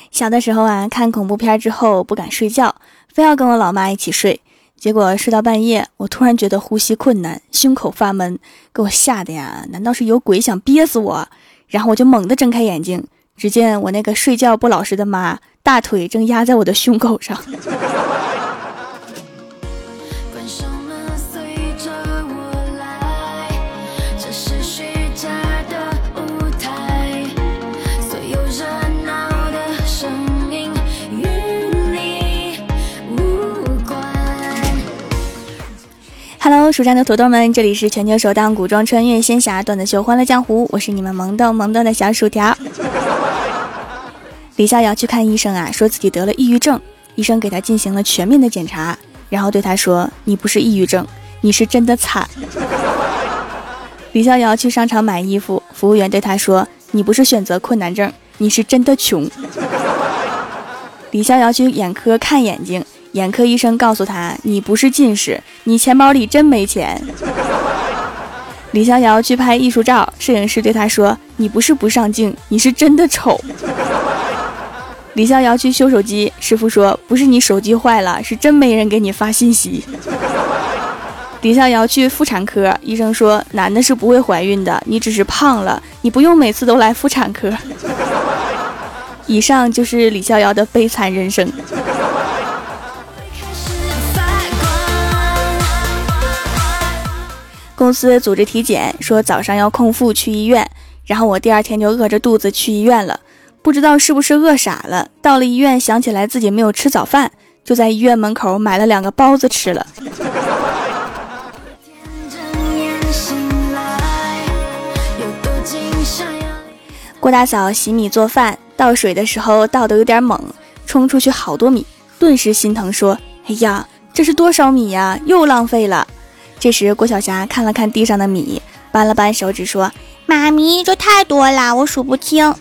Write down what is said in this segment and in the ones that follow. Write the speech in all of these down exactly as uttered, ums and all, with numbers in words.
小的时候啊，看恐怖片之后不敢睡觉，非要跟我老妈一起睡。结果睡到半夜，我突然觉得呼吸困难，胸口发闷，给我吓得呀！难道是有鬼想憋死我？然后我就猛地睁开眼睛，只见我那个睡觉不老实的妈，大腿正压在我的胸口上。Hello， 蜀山的土豆们，这里是全球首档古装穿越仙侠段子秀《欢乐江湖》，我是你们萌豆萌豆的小薯条。李逍遥去看医生啊，说自己得了抑郁症，医生给他进行了全面的检查，然后对他说：“你不是抑郁症，你是真的惨。”李逍遥去商场买衣服，服务员对他说：“你不是选择困难症，你是真的穷。”李逍遥去眼科看眼睛。眼科医生告诉他：“你不是近视，你钱包里真没钱。”李逍遥去拍艺术照，摄影师对他说：“你不是不上镜，你是真的丑。”李逍遥去修手机，师傅说：“不是你手机坏了，是真没人给你发信息。”李逍遥去妇产科，医生说：“男的是不会怀孕的，你只是胖了，你不用每次都来妇产科。”以上就是李逍遥的悲惨人生。公司组织体检，说早上要空腹去医院，然后我第二天就饿着肚子去医院了，不知道是不是饿傻了，到了医院想起来自己没有吃早饭，就在医院门口买了两个包子吃了。郭大嫂洗米做饭，倒水的时候倒得有点猛，冲出去好多米，顿时心疼说：“哎呀，这是多少米呀，又浪费了。”这时郭晓霞看了看地上的米，扳了扳手指说：“妈咪，这太多了，我数不清。”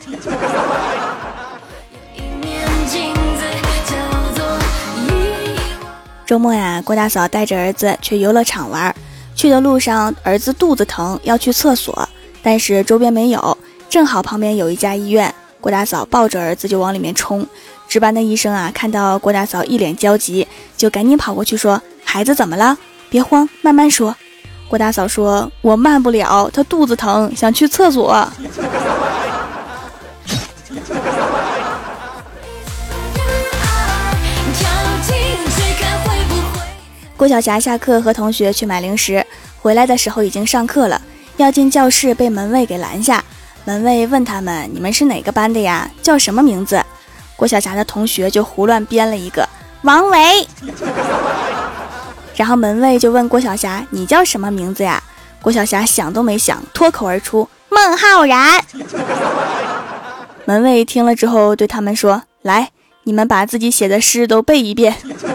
周末呀，郭大嫂带着儿子去游乐场玩，去的路上儿子肚子疼要去厕所，但是周边没有，正好旁边有一家医院，郭大嫂抱着儿子就往里面冲。值班的医生啊看到郭大嫂一脸焦急，就赶紧跑过去说：“孩子怎么了？别慌，慢慢说。”郭大嫂说：“我慢不了，他肚子疼，想去厕所。”郭晓霞下课和同学去买零食，回来的时候已经上课了，要进教室被门卫给拦下。门卫问他们：“你们是哪个班的呀？叫什么名字？”郭晓霞的同学就胡乱编了一个王维。然后门卫就问郭晓霞：“你叫什么名字呀？”郭晓霞想都没想，脱口而出：“孟浩然。”门卫听了之后对他们说：“来，你们把自己写的诗都背一遍。”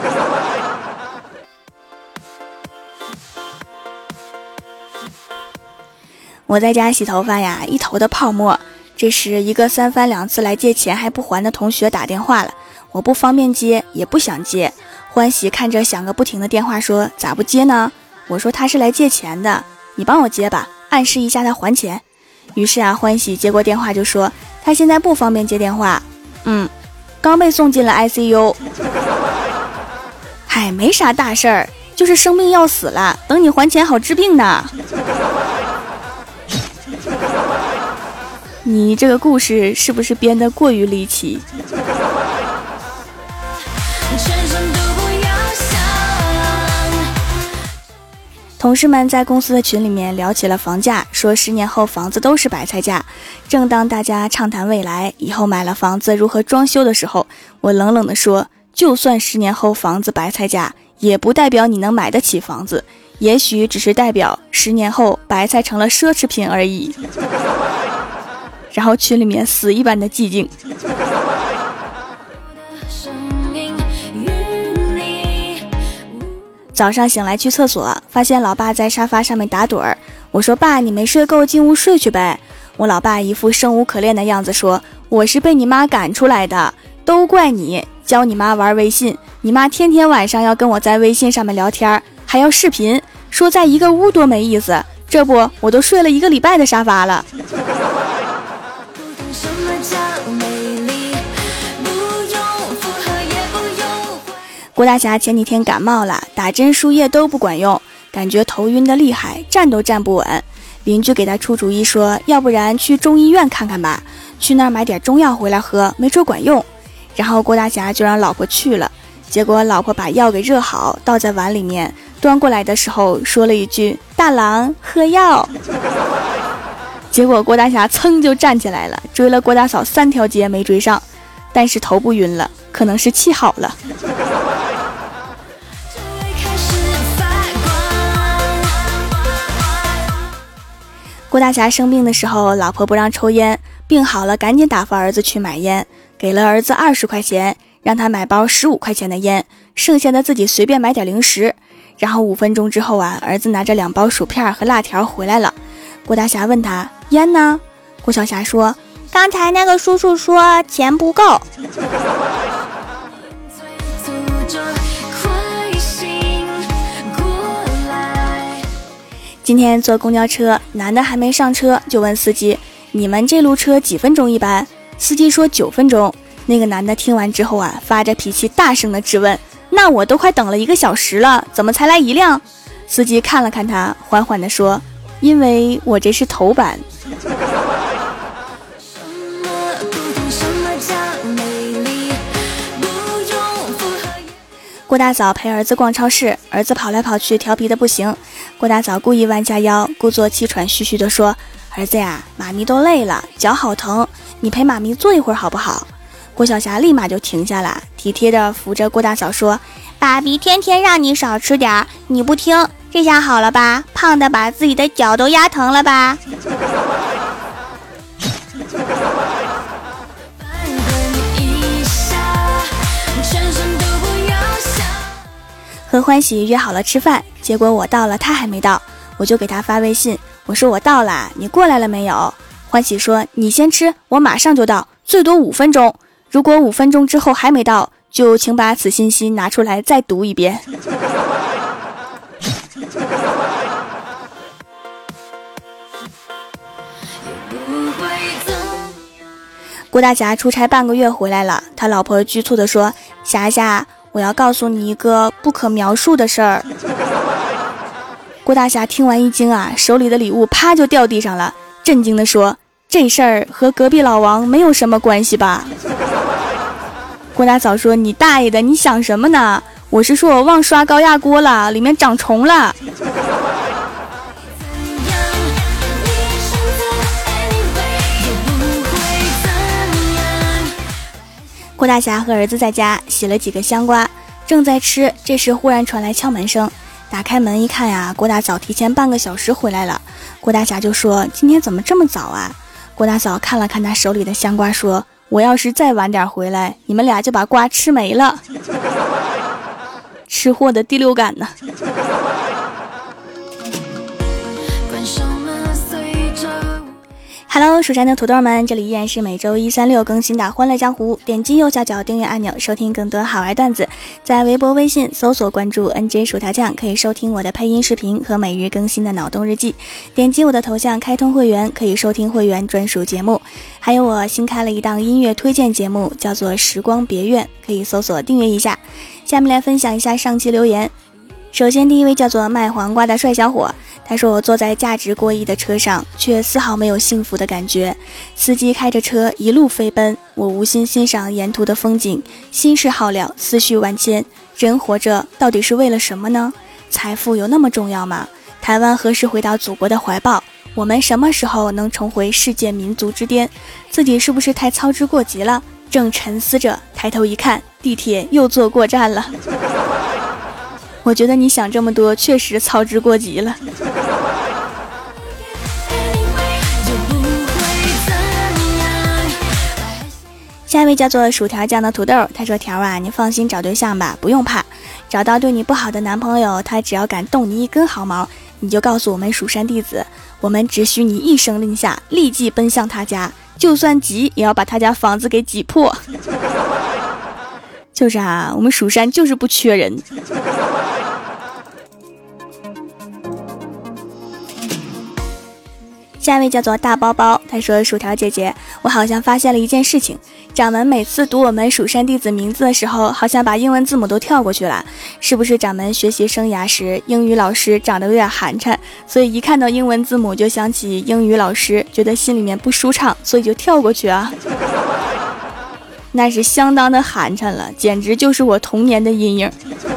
我在家洗头发呀，一头的泡沫。这时一个三番两次来借钱还不还的同学打电话了，我不方便接，也不想接。欢喜看着响个不停的电话说：“咋不接呢？”我说：“他是来借钱的，你帮我接吧，暗示一下他还钱。”于是啊，欢喜接过电话就说：“他现在不方便接电话，嗯，刚被送进了 I C U。” 嗨，没啥大事儿，就是生病要死了，等你还钱好治病呢。你这个故事是不是编得过于离奇？同事们在公司的群里面聊起了房价，说十年后房子都是白菜价。正当大家畅谈未来以后买了房子如何装修的时候，我冷冷地说：就算十年后房子白菜价，也不代表你能买得起房子，也许只是代表十年后白菜成了奢侈品而已。然后群里面死一般的寂静。早上醒来去厕所，发现老爸在沙发上面打盹儿。我说：爸，你没睡够，进屋睡去呗。我老爸一副生无可恋的样子说：我是被你妈赶出来的，都怪你教你妈玩微信，你妈天天晚上要跟我在微信上面聊天，还要视频，说在一个屋多没意思，这不我都睡了一个礼拜的沙发了。 郭大侠前几天感冒了，打针输液都不管用，感觉头晕的厉害，站都站不稳。邻居给他出主意说，要不然去中医院看看吧，去那儿买点中药回来喝，没准管用。然后郭大侠就让老婆去了，结果老婆把药给热好，倒在碗里面，端过来的时候说了一句，大郎喝药。结果郭大侠噌就站起来了，追了郭大嫂三条街没追上，但是头不晕了，可能是气好了。郭大侠生病的时候，老婆不让抽烟，病好了赶紧打发儿子去买烟，给了儿子二十块钱，让他买包十五块钱的烟，剩下的自己随便买点零食。然后五分钟之后啊，儿子拿着两包薯片和辣条回来了。郭大侠问他烟呢？郭小侠说，刚才那个叔叔说钱不够。今天坐公交车，男的还没上车就问司机，你们这路车几分钟一班？司机说九分钟。那个男的听完之后啊，发着脾气大声的质问，那我都快等了一个小时了，怎么才来一辆？司机看了看他，缓缓地说，因为我这是头班。郭大嫂陪儿子逛超市，儿子跑来跑去调皮的不行，郭大嫂故意弯下腰，故作气喘吁吁地说，儿子呀，妈咪都累了，脚好疼，你陪妈咪坐一会儿好不好？郭小霞立马就停下了，体贴地扶着郭大嫂说，爸比天天让你少吃点，你不听，这下好了吧？胖的把自己的脚都压疼了吧？和欢喜约好了吃饭，结果我到了，他还没到，我就给他发微信，我说我到了，你过来了没有？欢喜说，你先吃，我马上就到，最多五分钟，如果五分钟之后还没到，就请把此信息拿出来再读一遍。郭大侠出差半个月回来了，他老婆局促地说，霞霞，我要告诉你一个不可描述的事儿。郭大侠听完一惊啊，手里的礼物啪就掉地上了，震惊地说，这事儿和隔壁老王没有什么关系吧？郭大嫂说，你大爷的，你想什么呢？我是说我忘刷高压锅了，里面长虫了。郭大侠和儿子在家洗了几个香瓜，正在吃，这时忽然传来敲门声，打开门一看呀，郭大嫂提前半个小时回来了。郭大侠就说，今天怎么这么早啊？郭大嫂看了看他手里的香瓜说，我要是再晚点回来，你们俩就把瓜吃没了。吃货的第六感呢。Hello， 蜀山的土豆们，这里依然是每周一、三、六更新的《欢乐江湖》。点击右下角订阅按钮，收听更多好玩段子。在微博、微信搜索关注 N J 薯条酱，可以收听我的配音视频和每日更新的脑洞日记。点击我的头像开通会员，可以收听会员专属节目。还有我新开了一档音乐推荐节目，叫做《时光别院》，可以搜索订阅一下。下面来分享一下上期留言。首先第一位叫做卖黄瓜的帅小伙，他说，我坐在价值过亿的车上，却丝毫没有幸福的感觉。司机开着车一路飞奔，我无心欣赏沿途的风景，心事浩了，思绪万千。人活着到底是为了什么呢？财富有那么重要吗？台湾何时回到祖国的怀抱？我们什么时候能重回世界民族之巅？自己是不是太操之过急了？正沉思着，抬头一看，地铁又坐过站了。我觉得你想这么多确实操之过急了。下一位叫做薯条酱的土豆，他说，条啊，你放心找对象吧，不用怕，找到对你不好的男朋友，他只要敢动你一根毫毛，你就告诉我们蜀山弟子，我们只需你一声令下，立即奔向他家，就算急也要把他家房子给挤破。就是啊，我们蜀山就是不缺人。 下一位叫做大包包，他说薯条姐姐，我好像发现了一件事情，掌门每次读我们蜀山弟子名字的时候，好像把英文字母都跳过去了，是不是掌门学习生涯时英语老师长得有点寒碜，所以一看到英文字母就想起英语老师，觉得心里面不舒畅，所以就跳过去啊？那是相当的寒碜了，简直就是我童年的阴影。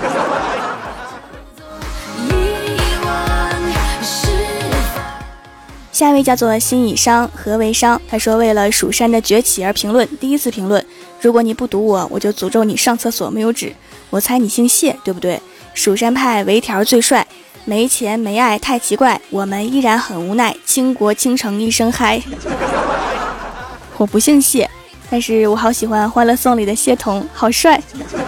下一位叫做心以伤何为伤，他说为了蜀山的崛起而评论，第一次评论，如果你不读我，我就诅咒你上厕所没有纸。我猜你姓谢对不对？蜀山派唯条最帅，没钱没爱太奇怪，我们依然很无奈，倾国倾城一声嗨。我不姓谢，但是我好喜欢欢乐颂里的谢童，好帅。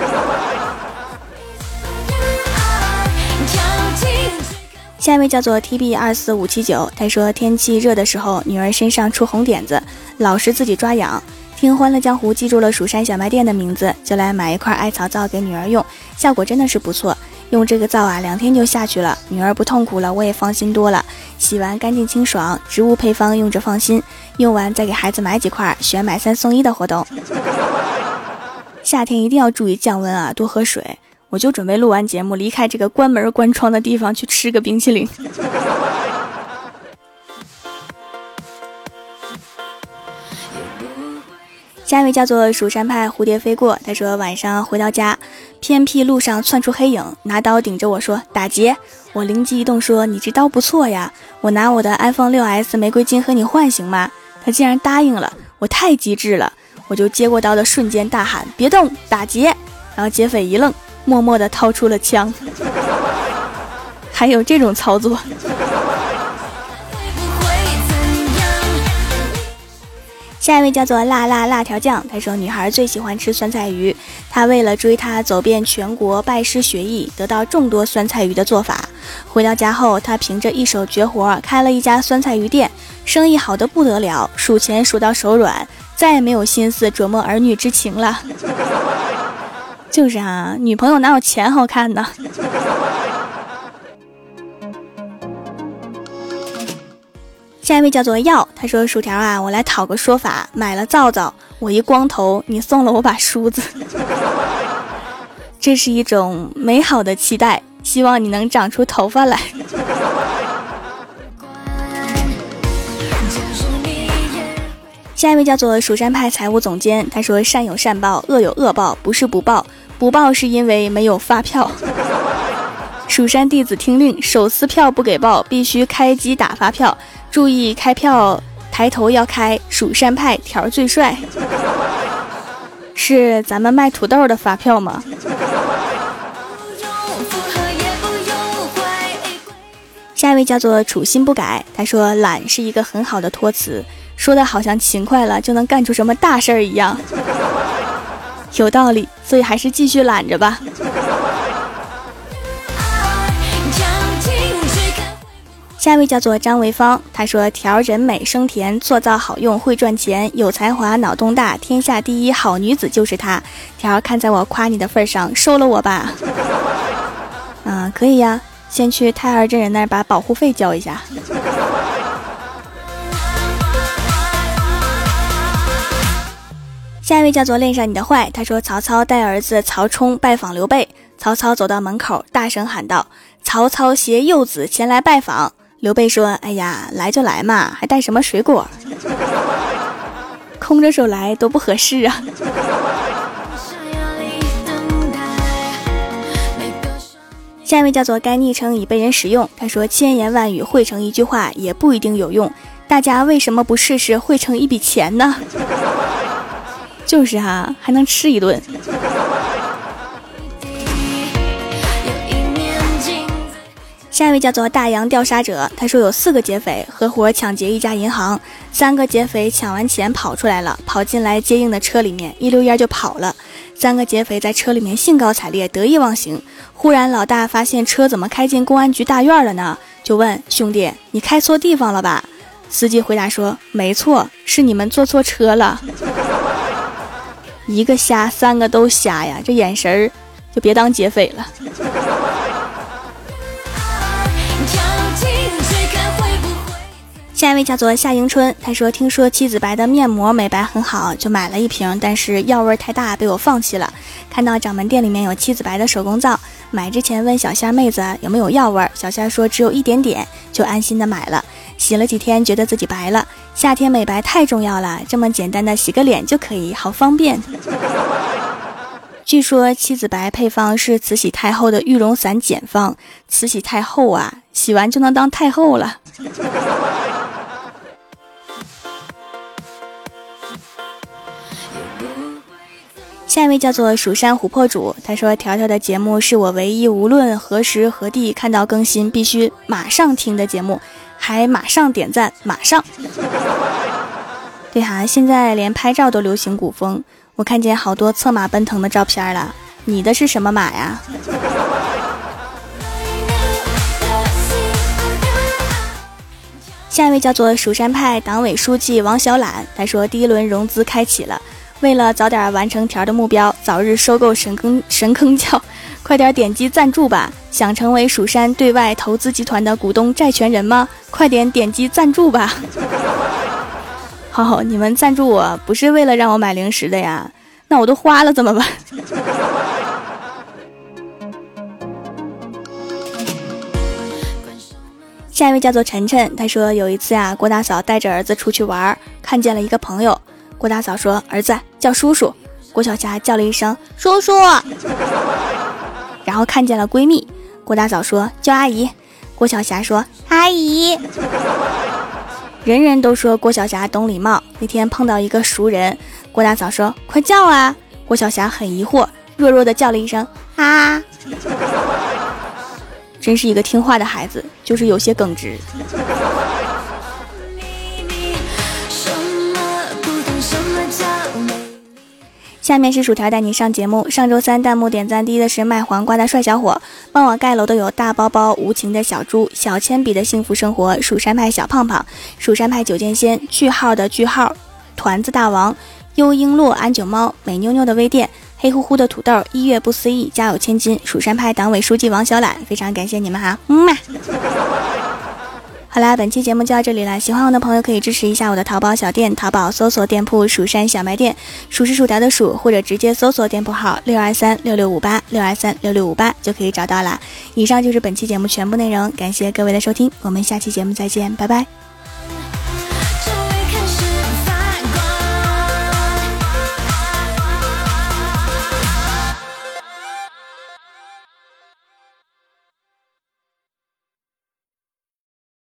下一位叫做 T B 二四五七九，他说天气热的时候，女儿身上出红点子，老是自己抓痒。听欢乐江湖记住了蜀山小卖店的名字，就来买一块艾草皂给女儿用，效果真的是不错。用这个皂啊，两天就下去了，女儿不痛苦了，我也放心多了。洗完干净清爽，植物配方用着放心，用完再给孩子买几块，选买三送一的活动。夏天一定要注意降温啊，多喝水。我就准备录完节目离开这个关门关窗的地方去吃个冰淇淋。下一位叫做蜀山派蝴蝶飞过，他说晚上回到家，偏僻路上窜出黑影，拿刀顶着我说打劫。我灵机一动说你这刀不错呀，我拿我的 iPhone 六 S 玫瑰金和你换行吗？他竟然答应了，我太机智了，我就接过刀的瞬间大喊别动，打劫。然后劫匪一愣，默默地掏出了枪。还有这种操作。下一位叫做辣辣辣条酱，他说女孩最喜欢吃酸菜鱼，她为了追她走遍全国拜师学艺，得到众多酸菜鱼的做法。回到家后，她凭着一手绝活开了一家酸菜鱼店，生意好得不得了，数钱数到手软，再也没有心思琢磨儿女之情了。就是啊，女朋友哪有钱好看呢？下一位叫做耀，他说薯条啊，我来讨个说法，买了皂皂，我一光头，你送了我把梳子。这是一种美好的期待，希望你能长出头发来。下一位叫做蜀山派财务总监，他说善有善报，恶有恶报，不是不报，不报是因为没有发票。蜀山弟子听令，手撕票不给报，必须开机打发票，注意开票抬头要开，蜀山派条最帅。是咱们卖土豆的发票吗？下一位叫做处心不改，他说懒是一个很好的托词，说的好像勤快了就能干出什么大事儿一样。有道理，所以还是继续懒着吧。下一位叫做张维芳，他说条人美声甜，做皂好用，会赚钱，有才华，脑洞大，天下第一好女子就是她。条看在我夸你的份上，收了我吧。嗯，可以呀，先去太二真人那儿把保护费交一下。下一位叫做恋上你的坏，他说曹操带儿子曹冲拜访刘备，曹操走到门口大声喊道，曹操携幼子前来拜访。刘备说哎呀，来就来嘛，还带什么水果？空着手来多不合适啊。下一位叫做该昵称已被人使用，他说千言万语汇成一句话也不一定有用，大家为什么不试试汇成一笔钱呢？就是啊，还能吃一顿。下一位叫做大洋调查者，他说有四个劫匪合伙抢劫一家银行，三个劫匪抢完钱跑出来了，跑进来接应的车里面，一溜烟就跑了。三个劫匪在车里面兴高采烈，得意忘形。忽然老大发现车怎么开进公安局大院了呢？就问兄弟，你开错地方了吧？司机回答说没错，是你们坐错车了。一个瞎，三个都瞎呀，这眼神儿就别当劫匪了。 下一位叫做夏迎春，他说听说妻子白的面膜美白很好，就买了一瓶，但是药味太大，被我放弃了。看到掌门店里面有妻子白的手工皂，买之前问小仙妹子有没有药味，小仙说只有一点点，就安心的买了。洗了几天，觉得自己白了。夏天美白太重要了，这么简单的洗个脸就可以，好方便。据说妻子白配方是慈禧太后的玉容散简方，慈禧太后啊，洗完就能当太后了。下一位叫做蜀山琥珀主，他说条条的节目是我唯一无论何时何地看到更新必须马上听的节目，还马上点赞，马上。对哈、啊，现在连拍照都流行古风，我看见好多策马奔腾的照片了，你的是什么马呀？下一位叫做蜀山派党委书记王小懒，他说第一轮融资开启了，为了早点完成条的目标，早日收购神坑神坑教，快点点击赞助吧！想成为蜀山对外投资集团的股东债权人吗？快点点击赞助吧！好，你们赞助我不是为了让我买零食的呀，那我都花了怎么办？下一位叫做晨晨，他说有一次啊，郭大嫂带着儿子出去玩，看见了一个朋友。郭大嫂说：“儿子叫叔叔。”郭晓霞叫了一声：“叔叔。”然后看见了闺蜜，郭大嫂说：“叫阿姨。”郭晓霞说：“阿姨。”人人都说郭晓霞懂礼貌。那天碰到一个熟人，郭大嫂说：“快叫啊！”郭晓霞很疑惑，弱弱的叫了一声：“啊。”真是一个听话的孩子，就是有些耿直。下面是薯条带你上节目。上周三弹幕点赞第一的是卖黄瓜的帅小伙，帮我盖楼的有大包包、无情的小猪、小铅笔的幸福生活、蜀山派小胖胖、蜀山派九剑仙、句号的句号、团子大王、幽璎珞、安九猫、美妞妞的微店、黑乎乎的土豆、一月不思议、家有千金、蜀山派党委书记王小懒，非常感谢你们哈，嗯嘛。好啦，本期节目就到这里了。喜欢我的朋友可以支持一下我的淘宝小店，淘宝搜索店铺蜀山小卖店，蜀是薯条的蜀，或者直接搜索店铺号六二三六六五八六二三六六五八就可以找到啦。以上就是本期节目全部内容，感谢各位的收听，我们下期节目再见，拜拜。